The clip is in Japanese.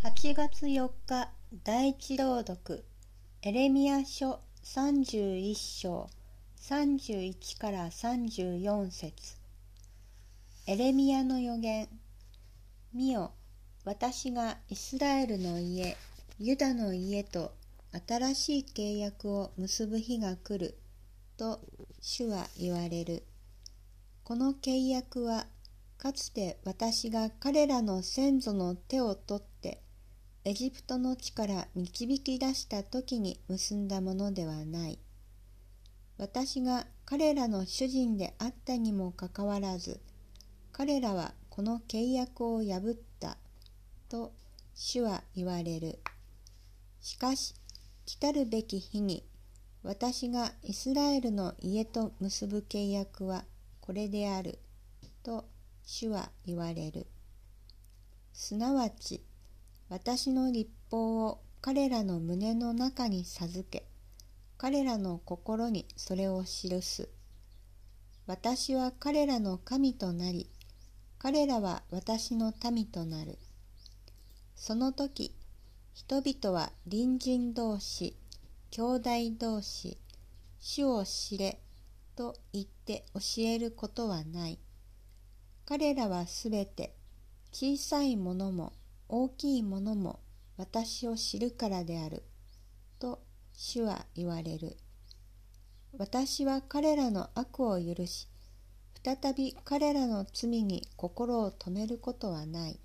8月4日第一朗読エレミヤ書31章31から34節。エレミヤの預言。見よ、私がイスラエルの家、ユダの家と新しい契約を結ぶ日が来ると主は言われる。この契約はかつて私が彼らの先祖の手を取ってエジプトの地から導き出した時に結んだものではない。私が彼らの主人であったにもかかわらず、彼らはこの契約を破ったと主は言われる。しかし、来たるべき日に私がイスラエルの家と結ぶ契約はこれであると主は言われる。すなわち、私の律法を彼らの胸の中に授け、彼らの心にそれを記す。私は彼らの神となり、彼らは私の民となる。その時、人々は隣人同士、兄弟同士、主を知れと言って教えることはない。彼らはすべて、小さいものも大きいものも私を知るからであると主は言われる。私は彼らの悪を許し、再び彼らの罪に心を留めることはない。